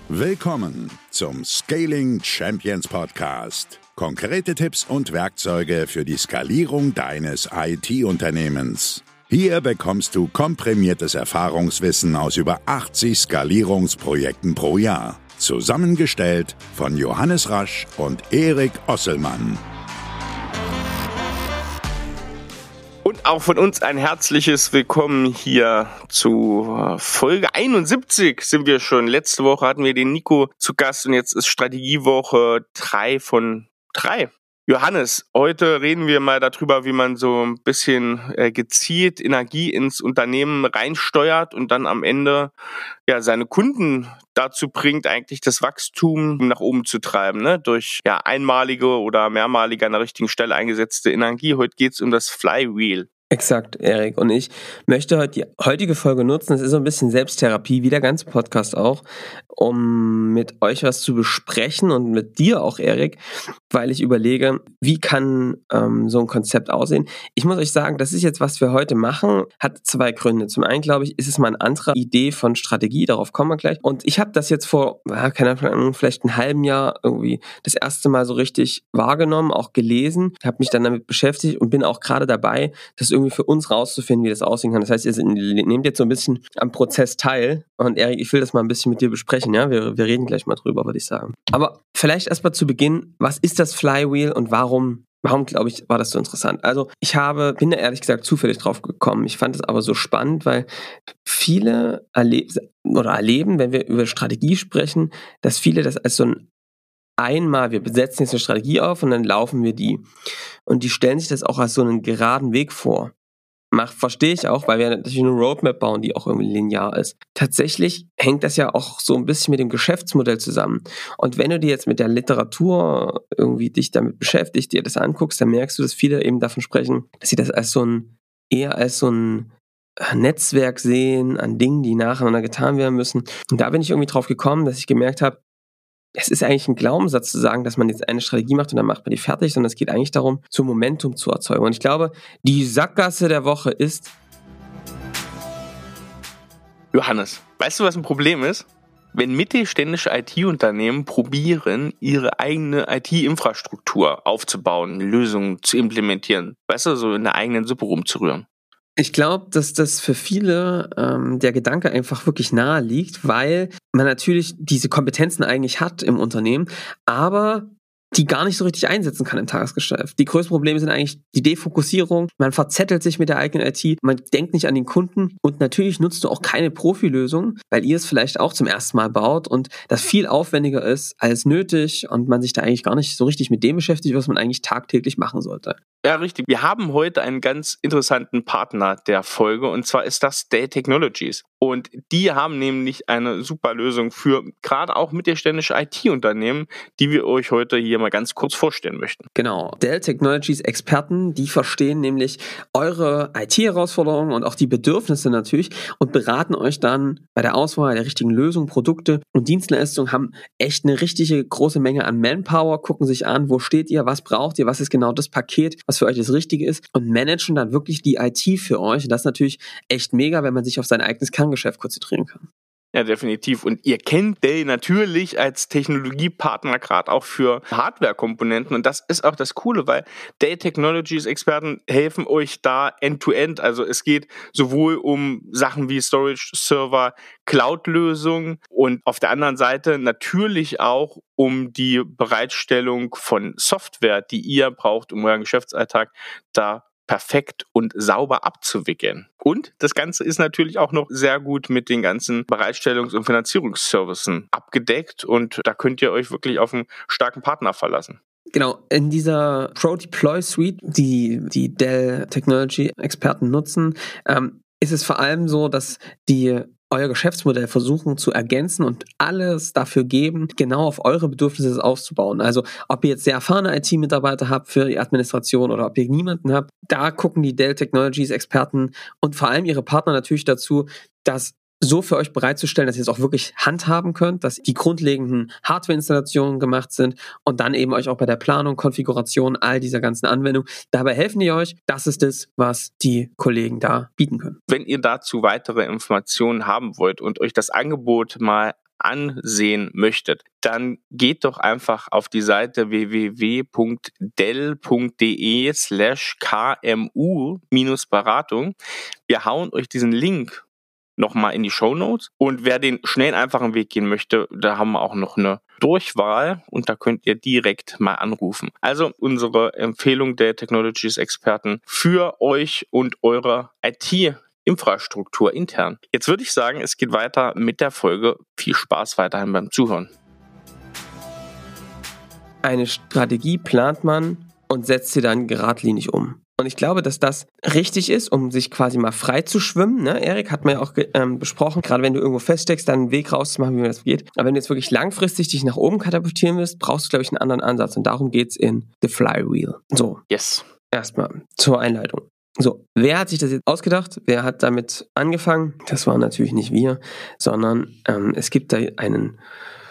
Willkommen zum Scaling Champions Podcast. Konkrete Tipps und Werkzeuge für die Skalierung deines IT-Unternehmens. Hier bekommst du komprimiertes Erfahrungswissen aus über 80 Skalierungsprojekten pro Jahr. Zusammengestellt von Johannes Rasch und Erik Osselmann. Und auch von uns ein herzliches Willkommen hier zu Folge 71 sind wir schon. Letzte Woche hatten wir den Nico zu Gast und jetzt ist Strategiewoche 3 von 3. Johannes, heute reden wir mal darüber, wie man so ein bisschen gezielt Energie ins Unternehmen reinsteuert und dann am Ende ja seine Kunden dazu bringt, eigentlich das Wachstum nach oben zu treiben, ne? Durch einmalige oder mehrmalige an der richtigen Stelle eingesetzte Energie. Heute geht es um das Flywheel. Exakt, Erik. Und ich möchte heute die heutige Folge nutzen, es ist so ein bisschen Selbsttherapie, wie der ganze Podcast auch, um mit euch was zu besprechen und mit dir auch, Erik, weil ich überlege, wie kann so ein Konzept aussehen. Ich muss euch sagen, das ist jetzt, was wir heute machen, hat zwei Gründe. Zum einen, glaube ich, ist es mal eine andere Idee von Strategie, darauf kommen wir gleich. Und ich habe das jetzt vor, keine Ahnung, vielleicht einem halben Jahr irgendwie das erste Mal so richtig wahrgenommen, auch gelesen, habe mich dann damit beschäftigt und bin auch gerade dabei, das irgendwie für uns rauszufinden, wie das aussehen kann. Das heißt, ihr nehmt jetzt so ein bisschen am Prozess teil. Und Erik, ich will das mal ein bisschen mit dir besprechen. Ja, wir reden gleich mal drüber, würde ich sagen. Aber vielleicht erstmal zu Beginn, was ist das Flywheel und warum, glaube ich, war das so interessant? Also ich bin da ehrlich gesagt zufällig drauf gekommen. Ich fand es aber so spannend, weil viele erleben, wenn wir über Strategie sprechen, dass viele das als so wir besetzen jetzt eine Strategie auf und dann laufen wir die. Und die stellen sich das auch als so einen geraden Weg vor. Verstehe ich auch, weil wir natürlich eine Roadmap bauen, die auch irgendwie linear ist. Tatsächlich hängt das ja auch so ein bisschen mit dem Geschäftsmodell zusammen. Und wenn du dir jetzt mit der Literatur irgendwie dich damit beschäftigst, dir das anguckst, dann merkst du, dass viele eben davon sprechen, dass sie das eher als so ein Netzwerk sehen an Dingen, die nacheinander getan werden müssen. Und da bin ich irgendwie drauf gekommen, dass ich gemerkt habe, es ist eigentlich ein Glaubenssatz zu sagen, dass man jetzt eine Strategie macht und dann macht man die fertig, sondern es geht eigentlich darum, so Momentum zu erzeugen. Und ich glaube, die Sackgasse der Woche ist... Johannes, weißt du, was ein Problem ist? Wenn mittelständische IT-Unternehmen probieren, ihre eigene IT-Infrastruktur aufzubauen, Lösungen zu implementieren, weißt du, so in der eigenen Suppe rumzurühren. Ich glaube, dass das für viele der Gedanke einfach wirklich nahe liegt, weil man natürlich diese Kompetenzen eigentlich hat im Unternehmen, aber die gar nicht so richtig einsetzen kann im Tagesgeschäft. Die größten Probleme sind eigentlich die Defokussierung, man verzettelt sich mit der eigenen IT, man denkt nicht an den Kunden und natürlich nutzt du auch keine Profilösung, weil ihr es vielleicht auch zum ersten Mal baut und das viel aufwendiger ist als nötig und man sich da eigentlich gar nicht so richtig mit dem beschäftigt, was man eigentlich tagtäglich machen sollte. Ja, richtig. Wir haben heute einen ganz interessanten Partner der Folge und zwar ist das Dell Technologies. Und die haben nämlich eine super Lösung für gerade auch mittelständische IT-Unternehmen, die wir euch heute hier mal ganz kurz vorstellen möchten. Genau. Dell Technologies Experten, die verstehen nämlich eure IT-Herausforderungen und auch die Bedürfnisse natürlich und beraten euch dann bei der Auswahl der richtigen Lösung, Produkte und Dienstleistungen, haben echt eine richtige große Menge an Manpower, gucken sich an, wo steht ihr, was braucht ihr, was ist genau das Paket, was für euch das Richtige ist und managen dann wirklich die IT für euch. Und das ist natürlich echt mega, wenn man sich auf sein eigenes Kerngeschäft konzentrieren kann. Ja, definitiv. Und ihr kennt Dell natürlich als Technologiepartner gerade auch für Hardware-Komponenten. Und das ist auch das Coole, weil Dell Technologies Experten helfen euch da end-to-end. Also es geht sowohl um Sachen wie Storage, Server, Cloud-Lösungen und auf der anderen Seite natürlich auch um die Bereitstellung von Software, die ihr braucht, um euren Geschäftsalltag da perfekt und sauber abzuwickeln. Und das Ganze ist natürlich auch noch sehr gut mit den ganzen Bereitstellungs- und Finanzierungsservicen abgedeckt und da könnt ihr euch wirklich auf einen starken Partner verlassen. Genau, in dieser Pro Deploy Suite, die Dell Technology Experten nutzen, ist es vor allem so, dass die euer Geschäftsmodell versuchen zu ergänzen und alles dafür geben, genau auf eure Bedürfnisse aufzubauen. Also ob ihr jetzt sehr erfahrene IT-Mitarbeiter habt für die Administration oder ob ihr niemanden habt, da gucken die Dell Technologies Experten und vor allem ihre Partner natürlich dazu, dass so für euch bereitzustellen, dass ihr es auch wirklich handhaben könnt, dass die grundlegenden Hardware-Installationen gemacht sind und dann eben euch auch bei der Planung, Konfiguration all dieser ganzen Anwendungen, dabei helfen die euch. Das ist es, was die Kollegen da bieten können. Wenn ihr dazu weitere Informationen haben wollt und euch das Angebot mal ansehen möchtet, dann geht doch einfach auf die Seite www.dell.de/kmu-Beratung. Wir hauen euch diesen Link nochmal in die Shownotes. Und wer den schnell einfachen Weg gehen möchte, da haben wir auch noch eine Durchwahl und da könnt ihr direkt mal anrufen. Also unsere Empfehlung der Technologies-Experten für euch und eure IT-Infrastruktur intern. Jetzt würde ich sagen, es geht weiter mit der Folge. Viel Spaß weiterhin beim Zuhören. Eine Strategie plant man und setzt sie dann geradlinig um. Und ich glaube, dass das richtig ist, um sich quasi mal frei zu schwimmen. Ne? Erik hat man ja auch besprochen, gerade wenn du irgendwo feststeckst, dann einen Weg rauszumachen, wie man das geht. Aber wenn du jetzt wirklich langfristig dich nach oben katapultieren willst, brauchst du, glaube ich, einen anderen Ansatz. Und darum geht's in The Flywheel. So, yes. Erstmal zur Einleitung. So, wer hat sich das jetzt ausgedacht? Wer hat damit angefangen? Das waren natürlich nicht wir, sondern es gibt da einen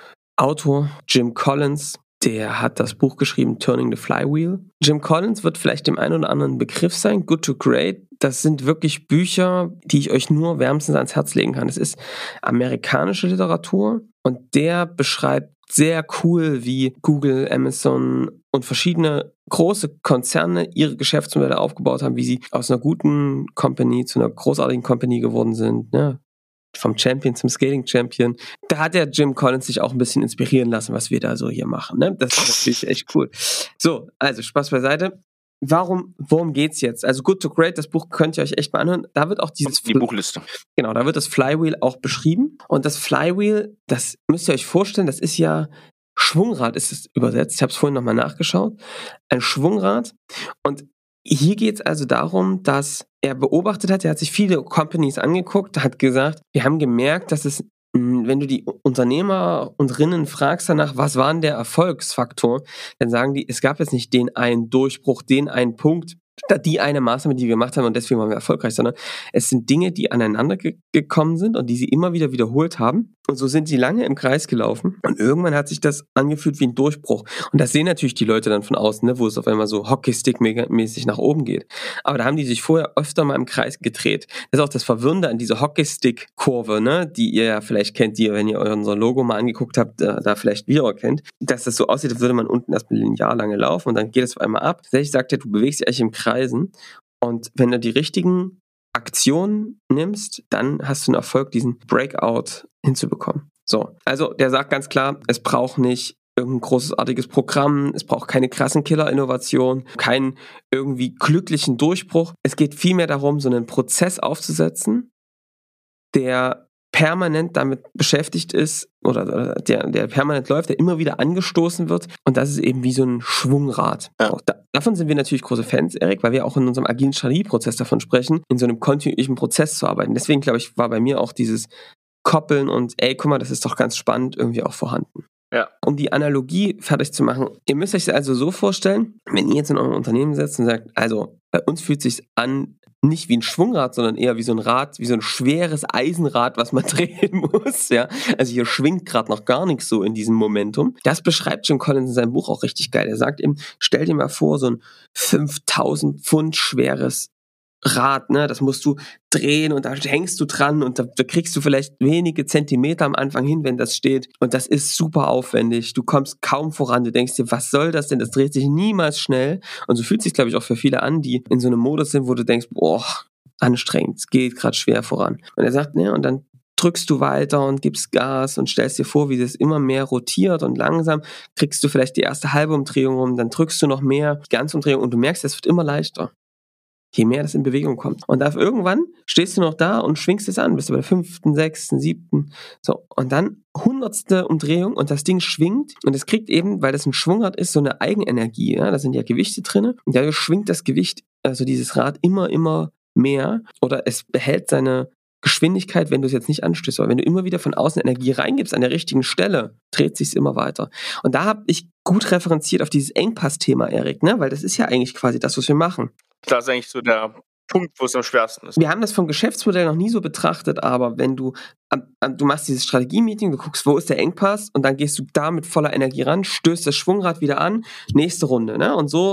Autor, Jim Collins, der hat das Buch geschrieben, Turning the Flywheel. Jim Collins wird vielleicht dem einen oder anderen Begriff sein. Good to Great, das sind wirklich Bücher, die ich euch nur wärmstens ans Herz legen kann. Es ist amerikanische Literatur und der beschreibt sehr cool, wie Google, Amazon und verschiedene große Konzerne ihre Geschäftsmodelle aufgebaut haben, wie sie aus einer guten Company zu einer großartigen Company geworden sind, ne? Vom Champion zum Scaling Champion. Da hat der Jim Collins sich auch ein bisschen inspirieren lassen, was wir da so hier machen. Ne? Das ist natürlich echt cool. So, also Spaß beiseite. Worum geht's jetzt? Also Good to Great, das Buch könnt ihr euch echt mal anhören. Da wird auch die Buchliste. Genau, da wird das Flywheel auch beschrieben. Und das Flywheel, das müsst ihr euch vorstellen, das ist ja Schwungrad, ist es übersetzt. Ich habe es vorhin nochmal nachgeschaut. Ein Schwungrad. Und hier geht es also darum, dass er beobachtet hat, er hat sich viele Companies angeguckt, hat gesagt, wir haben gemerkt, dass es, wenn du die Unternehmer und Rinnen fragst danach, was war denn der Erfolgsfaktor, dann sagen die, es gab jetzt nicht den einen Durchbruch, den einen Punkt, die eine Maßnahme, die wir gemacht haben und deswegen waren wir erfolgreich, sondern es sind Dinge, die aneinander gekommen sind und die sie immer wieder wiederholt haben. Und so sind sie lange im Kreis gelaufen und irgendwann hat sich das angefühlt wie ein Durchbruch. Und das sehen natürlich die Leute dann von außen, ne, wo es auf einmal so Hockeystick-mäßig nach oben geht. Aber da haben die sich vorher öfter mal im Kreis gedreht. Das ist auch das Verwirrende an dieser Hockeystick-Kurve, ne, die ihr ja vielleicht kennt, wenn ihr unser Logo mal angeguckt habt, da vielleicht wiedererkennt, dass das so aussieht, als würde man unten erstmal linear lange laufen und dann geht es auf einmal ab. Tatsächlich sagt er, du bewegst dich eigentlich im Kreisen und wenn du die richtigen Aktionen nimmst, dann hast du einen Erfolg, diesen Breakout hinzubekommen. So, also der sagt ganz klar, es braucht nicht irgendein großartiges Programm, es braucht keine krassen Killer-Innovation, keinen irgendwie glücklichen Durchbruch. Es geht vielmehr darum, so einen Prozess aufzusetzen, der permanent damit beschäftigt ist oder der permanent läuft, der immer wieder angestoßen wird und das ist eben wie so ein Schwungrad. Ja. Davon sind wir natürlich große Fans, Erik, weil wir auch in unserem agilen Strategieprozess davon sprechen, in so einem kontinuierlichen Prozess zu arbeiten. Deswegen, glaube ich, war bei mir auch dieses Koppeln und guck mal, das ist doch ganz spannend irgendwie auch vorhanden. Ja. Um die Analogie fertig zu machen, ihr müsst euch das also so vorstellen, wenn ihr jetzt in eurem Unternehmen sitzt und sagt, also bei uns fühlt es sich an, nicht wie ein Schwungrad, sondern eher wie so ein Rad, wie so ein schweres Eisenrad, was man drehen muss, ja. Also hier schwingt gerade noch gar nichts so in diesem Momentum. Das beschreibt Jim Collins in seinem Buch auch richtig geil. Er sagt eben, stell dir mal vor, so ein 5000 Pfund schweres Rad, ne, das musst du drehen und da hängst du dran und da kriegst du vielleicht wenige Zentimeter am Anfang hin, wenn das steht und das ist super aufwendig, du kommst kaum voran, du denkst dir, was soll das denn, das dreht sich niemals schnell und so fühlt es sich, glaube ich, auch für viele an, die in so einem Modus sind, wo du denkst, boah, anstrengend, es geht gerade schwer voran und er sagt, ne, und dann drückst du weiter und gibst Gas und stellst dir vor, wie das immer mehr rotiert und langsam kriegst du vielleicht die erste halbe Umdrehung rum, dann drückst du noch mehr, die ganze Umdrehung und du merkst, es wird immer leichter. Je mehr das in Bewegung kommt. Und irgendwann stehst du noch da und schwingst es an, bist du bei der 5., 6., 7. So, und dann 100. Umdrehung und das Ding schwingt und es kriegt eben, weil das ein Schwungrad ist, so eine Eigenenergie. Ja? Da sind ja Gewichte drin und dadurch schwingt das Gewicht, also dieses Rad immer mehr oder es behält seine Geschwindigkeit, wenn du es jetzt nicht anstößt. Aber wenn du immer wieder von außen Energie reingibst an der richtigen Stelle, dreht sich es immer weiter. Und da habe ich gut referenziert auf dieses Engpass-Thema, Erik, ne? Weil das ist ja eigentlich quasi das, was wir machen. Das ist eigentlich so der Punkt, wo es am schwersten ist. Wir haben das vom Geschäftsmodell noch nie so betrachtet, aber wenn du machst dieses Strategie-Meeting, du guckst, wo ist der Engpass und dann gehst du da mit voller Energie ran, stößt das Schwungrad wieder an, nächste Runde, ne? Und so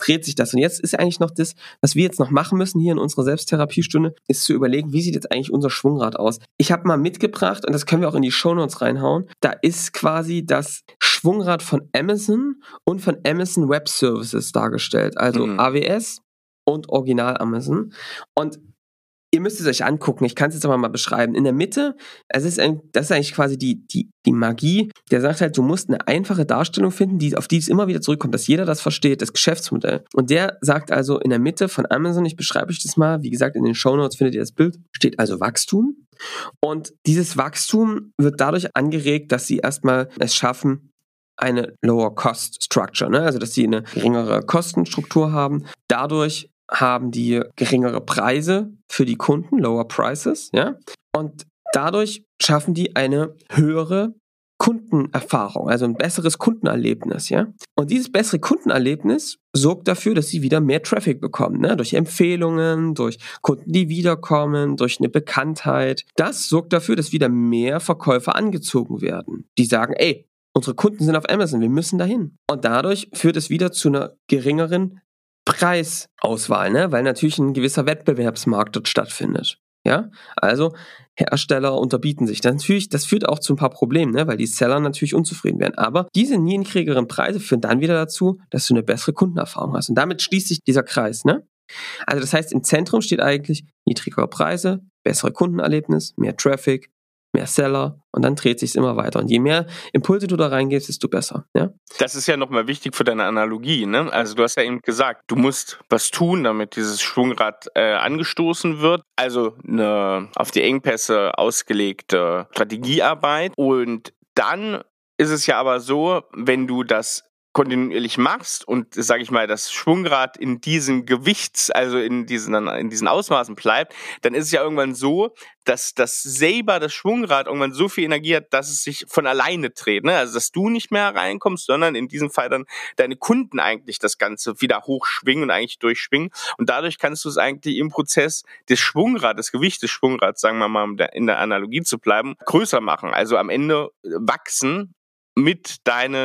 dreht sich das. Und jetzt ist eigentlich noch das, was wir jetzt noch machen müssen hier in unserer Selbsttherapiestunde, ist zu überlegen, wie sieht jetzt eigentlich unser Schwungrad aus? Ich habe mal mitgebracht, und das können wir auch in die Shownotes reinhauen, da ist quasi das Schwungrad von Amazon und von Amazon Web Services dargestellt, also AWS und Original Amazon. Und ihr müsst es euch angucken, ich kann es jetzt aber mal beschreiben. In der Mitte, das ist eigentlich quasi die Magie, der sagt halt, du musst eine einfache Darstellung finden, auf die es immer wieder zurückkommt, dass jeder das versteht, das Geschäftsmodell. Und der sagt also in der Mitte von Amazon, ich beschreibe euch das mal, wie gesagt, in den Shownotes findet ihr das Bild, steht also Wachstum. Und dieses Wachstum wird dadurch angeregt, dass sie erstmal es schaffen, eine Lower Cost Structure, ne? Also dass sie eine geringere Kostenstruktur haben. Dadurch haben die geringere Preise für die Kunden, Lower Prices, ja. Und dadurch schaffen die eine höhere Kundenerfahrung, also ein besseres Kundenerlebnis, ja. Und dieses bessere Kundenerlebnis sorgt dafür, dass sie wieder mehr Traffic bekommen, ne? Durch Empfehlungen, durch Kunden, die wiederkommen, durch eine Bekanntheit. Das sorgt dafür, dass wieder mehr Verkäufer angezogen werden. Die sagen, ey, unsere Kunden sind auf Amazon, wir müssen dahin. Und dadurch führt es wieder zu einer geringeren Preisauswahl, ne? Weil natürlich ein gewisser Wettbewerbsmarkt dort stattfindet. Ja, also Hersteller unterbieten sich. Das führt auch zu ein paar Problemen, ne? Weil die Seller natürlich unzufrieden werden. Aber diese niedrigeren Preise führen dann wieder dazu, dass du eine bessere Kundenerfahrung hast. Und damit schließt sich dieser Kreis, ne? Also das heißt, im Zentrum steht eigentlich niedrigere Preise, bessere Kundenerlebnis, mehr Traffic, mehr Seller und dann dreht sich's immer weiter. Und je mehr Impulse du da reingibst, desto besser. Ja? Das ist ja nochmal wichtig für deine Analogie, ne? Also du hast ja eben gesagt, du musst was tun, damit dieses Schwungrad angestoßen wird. Also eine auf die Engpässe ausgelegte Strategiearbeit. Und dann ist es ja aber so, wenn du das kontinuierlich machst und, sage ich mal, das Schwungrad in diesen also in diesen Ausmaßen bleibt, dann ist es ja irgendwann so, dass das Schwungrad irgendwann so viel Energie hat, dass es sich von alleine dreht, ne? Also dass du nicht mehr reinkommst, sondern in diesem Fall dann deine Kunden eigentlich das Ganze wieder hochschwingen und eigentlich durchschwingen. Und dadurch kannst du es eigentlich im Prozess des Gewicht des Schwungrads, sagen wir mal, um in der Analogie zu bleiben, größer machen. Also am Ende wachsen mit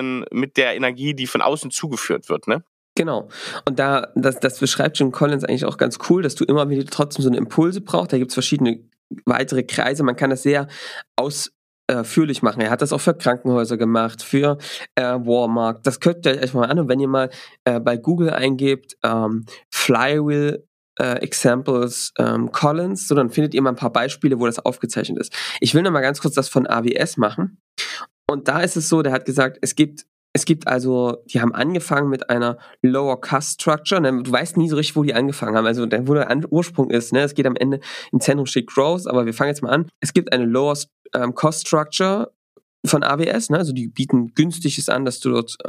der Energie, die von außen zugeführt wird, ne? Genau. Und das beschreibt Jim Collins eigentlich auch ganz cool, dass du immer wieder trotzdem so eine Impulse brauchst. Da gibt es verschiedene weitere Kreise. Man kann das sehr ausführlich machen. Er hat das auch für Krankenhäuser gemacht, für Walmart. Das könnt ihr euch mal an. Und wenn ihr mal bei Google eingebt, Flywheel Examples Collins, so dann findet ihr mal ein paar Beispiele, wo das aufgezeichnet ist. Ich will noch mal ganz kurz das von AWS machen. Und da ist es so, der hat gesagt, es gibt also, die haben angefangen mit einer Lower Cost Structure. Ne? Du weißt nie so richtig, wo die angefangen haben. Also wo der Ursprung ist. Ne? Es geht am Ende, im Zentrum steht Growth, aber wir fangen jetzt mal an. Es gibt eine Lower Cost Structure von AWS, ne? Also die bieten günstiges an, dass du dort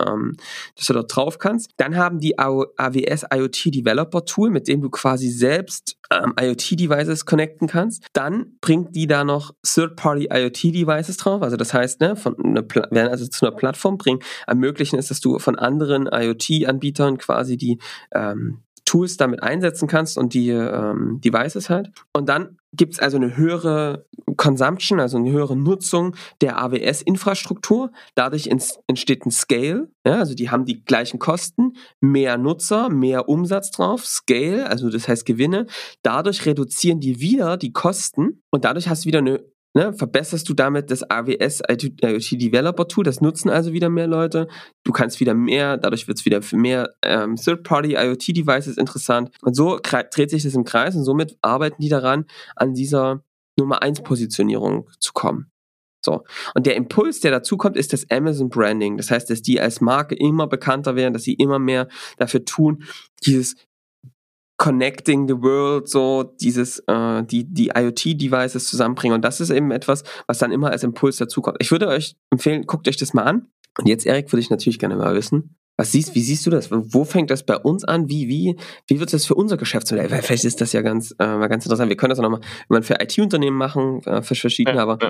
drauf kannst. Dann haben die AWS IoT Developer Tool, mit dem du quasi selbst IoT-Devices connecten kannst. Dann bringt die da noch Third-Party IoT-Devices drauf. Also das heißt, ne, werden also zu einer Plattform ermöglichen ist, dass du von anderen IoT-Anbietern quasi die Tools damit einsetzen kannst und die Devices halt. Und dann gibt es also eine höhere Consumption, also eine höhere Nutzung der AWS-Infrastruktur. Dadurch entsteht ein Scale, ja, also die haben die gleichen Kosten, mehr Nutzer, mehr Umsatz drauf, Scale, also das heißt Gewinne. Dadurch reduzieren die wieder die Kosten und dadurch hast du wieder verbesserst du damit das AWS IoT Developer Tool, das nutzen also wieder mehr Leute. Du kannst wieder mehr, dadurch wird es wieder für mehr Third-Party IoT Devices interessant. Und so dreht sich das im Kreis und somit arbeiten die daran, an dieser Nummer 1 Positionierung zu kommen. So. Und der Impuls, der dazu kommt, ist das Amazon Branding. Das heißt, dass die als Marke immer bekannter werden, dass sie immer mehr dafür tun, dieses Connecting the World, so dieses die IoT-Devices zusammenbringen. Und das ist eben etwas, was dann immer als Impuls dazukommt. Ich würde euch empfehlen, guckt euch das mal an. Und jetzt, Erik, würde ich natürlich gerne mal wissen, wie siehst du das? Wo fängt das bei uns an? Wie wird das für unser Geschäftsmodell? Weil vielleicht ist das ja ganz interessant. Wir können das auch nochmal für IT-Unternehmen machen, für verschiedene, aber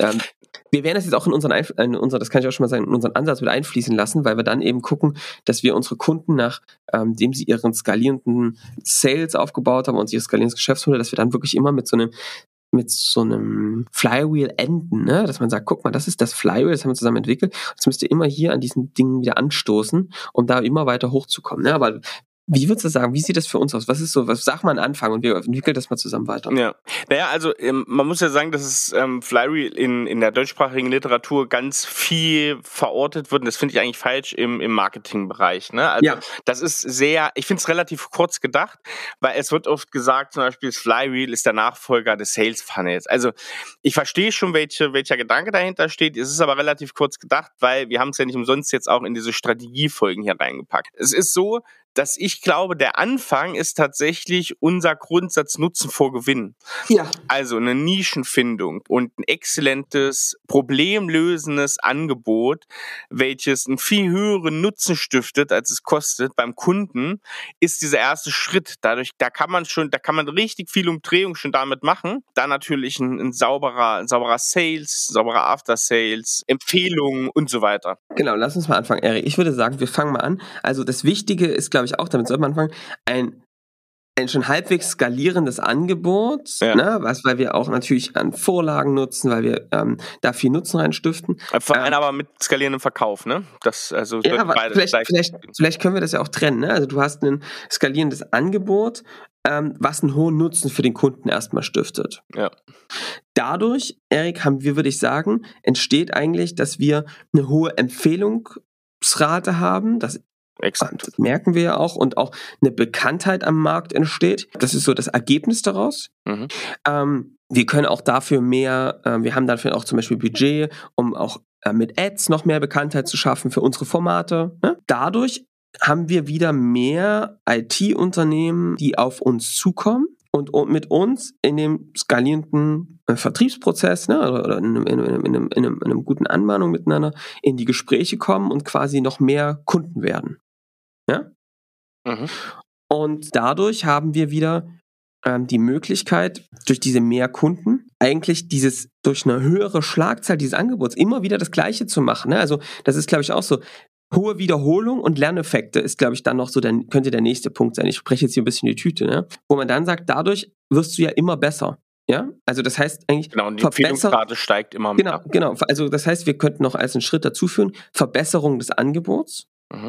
wir werden das jetzt auch in das kann ich auch schon mal sagen, in unseren Ansatz mit einfließen lassen, weil wir dann eben gucken, dass wir unsere Kunden nachdem sie ihren skalierenden Sales aufgebaut haben und ihr skalierendes Geschäftsmodell, dass wir dann wirklich immer mit so einem Flywheel enden, ne? Dass man sagt, guck mal, das ist das Flywheel, das haben wir zusammen entwickelt. Jetzt müsst ihr immer hier an diesen Dingen wieder anstoßen, um da immer weiter hochzukommen. Ne? Aber Wie würdest du sagen, wie sieht das für uns aus? Was ist so, was sag mal einen Anfang und wir entwickeln das mal zusammen weiter. Ja, naja, also man muss ja sagen, dass es Flyreel in der deutschsprachigen Literatur ganz viel verortet wird und das finde ich eigentlich falsch im Marketingbereich. Ne? Also das ist sehr, ich finde es relativ kurz gedacht, weil es wird oft gesagt, zum Beispiel das Flyreel ist der Nachfolger des Sales Funnels. Also ich verstehe schon, welcher Gedanke dahinter steht, es ist aber relativ kurz gedacht, weil wir haben es ja nicht umsonst jetzt auch in diese Strategiefolgen hier reingepackt. Es ist so, dass ich glaube, der Anfang ist tatsächlich unser Grundsatz Nutzen vor Gewinn. Ja. Also eine Nischenfindung und ein exzellentes, problemlösendes Angebot, welches einen viel höheren Nutzen stiftet, als es kostet beim Kunden, ist dieser erste Schritt. Dadurch, da kann man richtig viel Umdrehung schon damit machen. Da natürlich ein sauberer Sales, sauberer After-Sales, Empfehlungen und so weiter. Genau, lass uns mal anfangen, Erik. Ich würde sagen, wir fangen mal an. Also das Wichtige ist, glaube ich, auch, damit sollte man anfangen, ein schon halbwegs skalierendes Angebot, ne, weil wir auch natürlich an Vorlagen nutzen, weil wir da viel Nutzen reinstiften. Aber mit skalierendem Verkauf, ne? Vielleicht können wir das ja auch trennen, ne? Also du hast ein skalierendes Angebot, was einen hohen Nutzen für den Kunden erstmal stiftet. Ja. Dadurch, Erik, würde ich sagen, entsteht eigentlich, dass wir eine hohe Empfehlungsrate haben, das merken wir ja auch, und auch eine Bekanntheit am Markt entsteht. Das ist so das Ergebnis daraus. Mhm. Wir können auch dafür wir haben dafür auch zum Beispiel Budget, um auch mit Ads noch mehr Bekanntheit zu schaffen für unsere Formate. Ne? Dadurch haben wir wieder mehr IT-Unternehmen, die auf uns zukommen und mit uns in dem skalierenden Vertriebsprozess, ne, oder in einem guten Anbahnung miteinander in die Gespräche kommen und quasi noch mehr Kunden werden. Ja? Mhm. Und dadurch haben wir wieder die Möglichkeit, durch diese mehr Kunden eigentlich durch eine höhere Schlagzahl dieses Angebots immer wieder das Gleiche zu machen. Ne? Also das ist, glaube ich, auch so. Hohe Wiederholung und Lerneffekte ist, glaube ich, dann noch so, könnte der nächste Punkt sein. Ich spreche jetzt hier ein bisschen die Tüte, ne? Wo man dann sagt, dadurch wirst du ja immer besser. Ja, also das heißt eigentlich, genau, und die Empfehlungsrate steigt immer mehr. Genau. Also das heißt, wir könnten noch als einen Schritt dazu führen, Verbesserung des Angebots,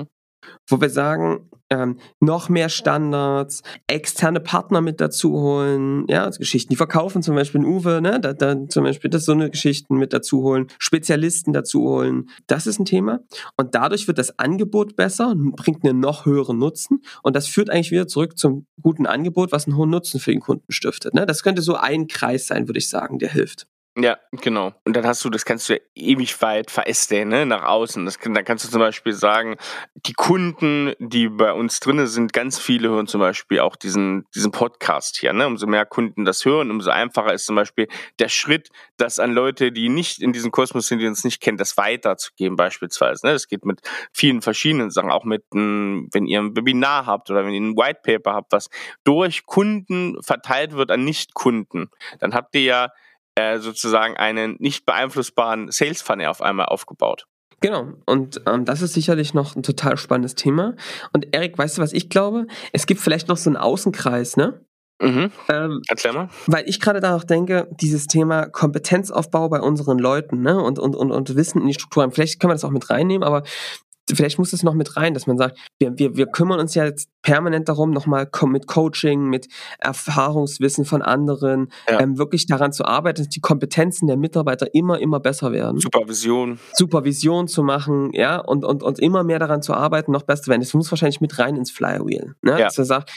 wo wir sagen, noch mehr Standards, externe Partner mit dazu holen, ja, also Geschichten, die verkaufen, zum Beispiel in Uwe, ne, da zum Beispiel so eine Geschichten mit dazu holen, Spezialisten dazu holen, das ist ein Thema. Und dadurch wird das Angebot besser und bringt einen noch höheren Nutzen. Und das führt eigentlich wieder zurück zum guten Angebot, was einen hohen Nutzen für den Kunden stiftet. Ne? Das könnte so ein Kreis sein, würde ich sagen, der hilft. Ja, genau. Und dann das kannst du ja ewig weit verästeln, ne, nach außen. Dann kannst du zum Beispiel sagen, die Kunden, die bei uns drin sind, ganz viele hören zum Beispiel auch diesen Podcast hier, ne. Umso mehr Kunden das hören, umso einfacher ist zum Beispiel der Schritt, das an Leute, die nicht in diesem Kosmos sind, die uns nicht kennen, das weiterzugeben beispielsweise, ne. Das geht mit vielen verschiedenen Sachen, auch wenn ihr ein Webinar habt oder wenn ihr ein White Paper habt, was durch Kunden verteilt wird an Nicht-Kunden, dann habt ihr ja sozusagen einen nicht beeinflussbaren Sales Funnel auf einmal aufgebaut. Genau, und das ist sicherlich noch ein total spannendes Thema. Und Erik, weißt du, was ich glaube? Es gibt vielleicht noch so einen Außenkreis, ne? Erklär mal. Weil ich gerade darauf denke, dieses Thema Kompetenzaufbau bei unseren Leuten, ne? Und Wissen in die Strukturen. Vielleicht können wir das auch mit reinnehmen, aber vielleicht muss es noch mit rein, dass man sagt, wir kümmern uns ja jetzt permanent darum, nochmal mit Coaching, mit Erfahrungswissen von anderen, wirklich daran zu arbeiten, dass die Kompetenzen der Mitarbeiter immer besser werden. Supervision zu machen, ja, und immer mehr daran zu arbeiten, noch besser zu werden. Das muss wahrscheinlich mit rein ins Flywheel. Ne? Ja. Dass man sagt,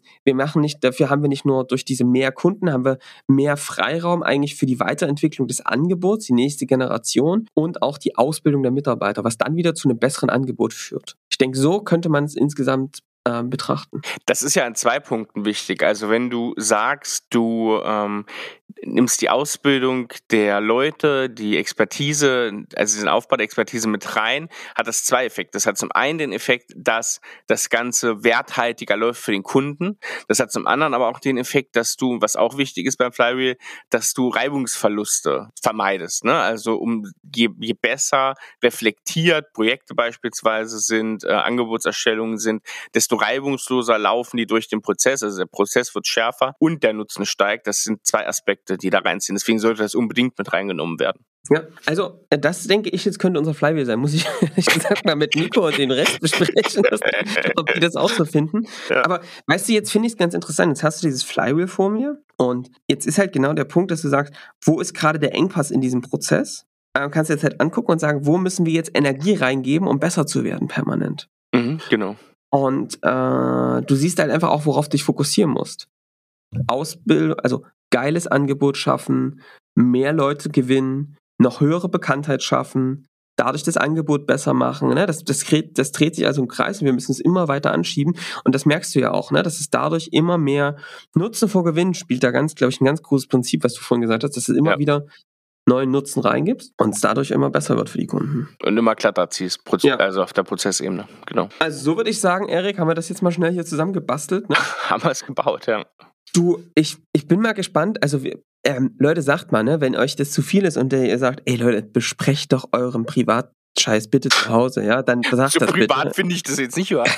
dafür haben wir nicht nur durch diese mehr Kunden, haben wir mehr Freiraum eigentlich für die Weiterentwicklung des Angebots, die nächste Generation und auch die Ausbildung der Mitarbeiter, was dann wieder zu einem besseren Angebot führt. Ich denke, so könnte man es insgesamt betrachten. Das ist ja an 2 Punkten wichtig. Also wenn du sagst, du nimmst die Ausbildung der Leute, die Expertise, also den Aufbau der Expertise mit rein, hat das 2 Effekte. Das hat zum einen den Effekt, dass das Ganze werthaltiger läuft für den Kunden. Das hat zum anderen aber auch den Effekt, dass du, was auch wichtig ist beim Flywheel, dass du Reibungsverluste vermeidest. Ne? Also je besser reflektiert Projekte beispielsweise sind, Angebotserstellungen sind, desto desto reibungsloser laufen die durch den Prozess. Also der Prozess wird schärfer und der Nutzen steigt. Das sind 2 Aspekte, die da reinziehen. Deswegen sollte das unbedingt mit reingenommen werden. Ja, also das denke ich, jetzt könnte unser Flywheel sein. Muss ich ehrlich gesagt mal mit Nico und den Rest besprechen, ob die das auch so finden. Ja. Aber weißt du, jetzt finde ich es ganz interessant. Jetzt hast du dieses Flywheel vor mir und jetzt ist halt genau der Punkt, dass du sagst, wo ist gerade der Engpass in diesem Prozess? Kannst du jetzt halt angucken und sagen, wo müssen wir jetzt Energie reingeben, um besser zu werden permanent? Genau. Und du siehst halt einfach auch, worauf du dich fokussieren musst. Ausbildung, also geiles Angebot schaffen, mehr Leute gewinnen, noch höhere Bekanntheit schaffen, dadurch das Angebot besser machen. Ne? Das dreht sich also im Kreis und wir müssen es immer weiter anschieben. Und das merkst du ja auch, ne? Dass es dadurch immer mehr Nutzen vor Gewinn spielt. Da glaube ich, ein ganz großes Prinzip, was du vorhin gesagt hast, dass du immer wieder neuen Nutzen reingibst und es dadurch immer besser wird für die Kunden. Und immer glatter ziehst, also auf der Prozessebene, genau. Also so würde ich sagen, Erik, haben wir das jetzt mal schnell hier zusammengebastelt. Ne? Haben wir es gebaut, ja. Du, ich bin mal gespannt, also Leute, sagt mal, ne, wenn euch das zu viel ist und ihr sagt, ey Leute, besprecht doch euren Privatscheiß bitte zu Hause, ja, dann sagt so das bitte. So privat finde ich das jetzt nicht, Johannes.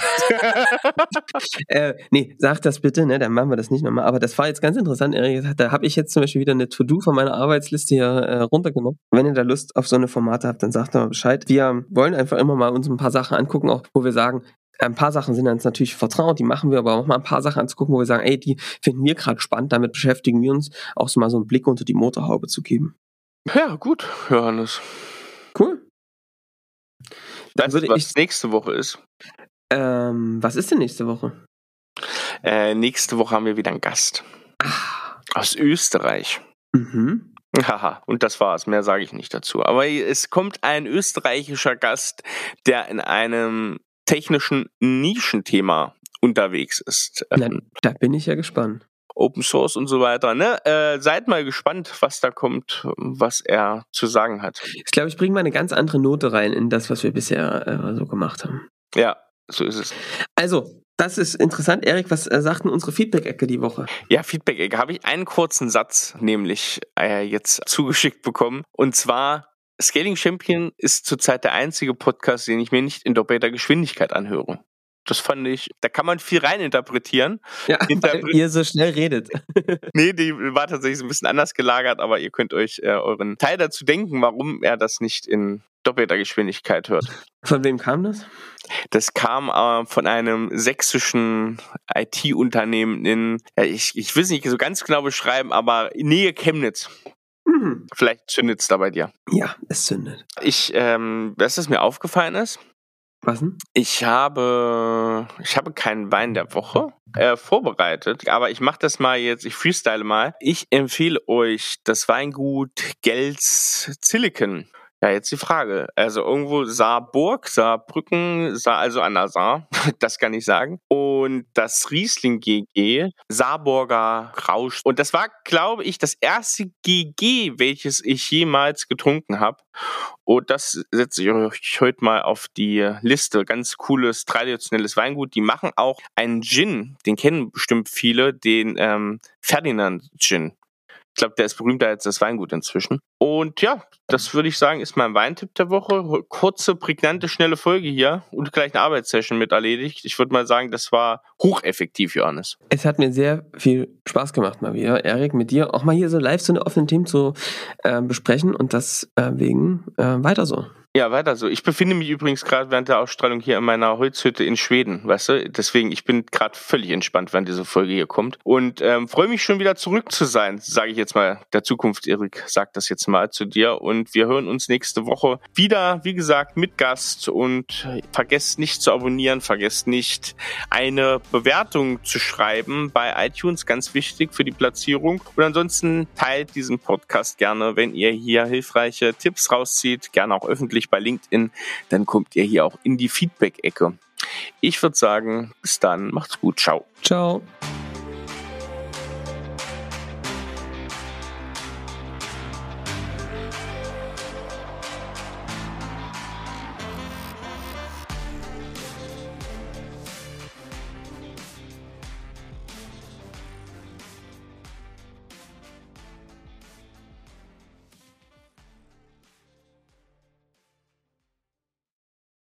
Nee, sagt das bitte, ne, dann machen wir das nicht nochmal. Aber das war jetzt ganz interessant, Erik, da habe ich jetzt zum Beispiel wieder eine To-Do von meiner Arbeitsliste hier runtergenommen. Wenn ihr da Lust auf so eine Formate habt, dann sagt doch mal Bescheid. Wir wollen einfach immer mal uns ein paar Sachen angucken, auch wo wir sagen, ein paar Sachen sind uns natürlich vertraut, die machen wir, aber auch mal ein paar Sachen anzugucken, wo wir sagen, ey, die finden wir gerade spannend, damit beschäftigen wir uns, auch so mal so einen Blick unter die Motorhaube zu geben. Ja, gut, Johannes. Cool. Dann würde was nächste Woche ist. Was ist denn nächste Woche? Nächste Woche haben wir wieder einen Gast. Aus Österreich. Mhm. Haha, und das war's. Mehr sage ich nicht dazu. Aber es kommt ein österreichischer Gast, der in einem technischen Nischenthema unterwegs ist. Na, da bin ich ja gespannt. Open Source und so weiter. Ne? Seid mal gespannt, was da kommt, was er zu sagen hat. Ich glaube, ich bringe mal eine ganz andere Note rein in das, was wir bisher so gemacht haben. Ja, so ist es. Also, das ist interessant. Erik, was sagt denn unsere Feedback-Ecke die Woche? Ja, Feedback-Ecke habe ich einen kurzen Satz nämlich jetzt zugeschickt bekommen. Und zwar, Scaling Champion ist zurzeit der einzige Podcast, den ich mir nicht in doppelter Geschwindigkeit anhöre. Das fand ich, da kann man viel reininterpretieren. Ja, weil ihr so schnell redet. Nee, die war tatsächlich so ein bisschen anders gelagert, aber ihr könnt euch euren Teil dazu denken, warum er das nicht in doppelter Geschwindigkeit hört. Von wem kam das? Das kam von einem sächsischen IT-Unternehmen ich will es nicht so ganz genau beschreiben, aber Nähe Chemnitz. Vielleicht zündet es da bei dir. Ja, es zündet. Was es mir aufgefallen ist, was denn? Ich habe keinen Wein der Woche vorbereitet, aber ich mache das mal jetzt, ich freestyle mal. Ich empfehle euch das Weingut Gels Zilliken. Ja, jetzt die Frage. Also irgendwo Saarburg, Saarbrücken, also an der Saar, das kann ich sagen. Und das Riesling GG, Saarburger Rausch. Und das war, glaube ich, das erste GG, welches ich jemals getrunken habe. Und das setze ich euch heute mal auf die Liste. Ganz cooles, traditionelles Weingut. Die machen auch einen Gin, den kennen bestimmt viele, den Ferdinand Gin. Ich glaube, der ist berühmter als das Weingut inzwischen. Und ja, das würde ich sagen, ist mein Weintipp der Woche. Kurze, prägnante, schnelle Folge hier und gleich eine Arbeitssession mit erledigt. Ich würde mal sagen, das war hocheffektiv, Johannes. Es hat mir sehr viel Spaß gemacht mal wieder, Erik, mit dir auch mal hier so live so eine offene Themen zu besprechen und deswegen weiter so. Ja, weiter so. Ich befinde mich übrigens gerade während der Ausstrahlung hier in meiner Holzhütte in Schweden, weißt du? Deswegen, ich bin gerade völlig entspannt, wenn diese Folge hier kommt. Und freue mich schon wieder zurück zu sein, sage ich jetzt mal. Der Zukunft, Erik, sagt das jetzt mal zu dir. Und wir hören uns nächste Woche wieder, wie gesagt, mit Gast. Und vergesst nicht zu abonnieren, vergesst nicht eine Bewertung zu schreiben bei iTunes, ganz wichtig für die Platzierung. Und ansonsten teilt diesen Podcast gerne, wenn ihr hier hilfreiche Tipps rauszieht, gerne auch öffentlich bei LinkedIn, dann kommt ihr hier auch in die Feedback-Ecke. Ich würde sagen, bis dann, macht's gut, ciao. Ciao.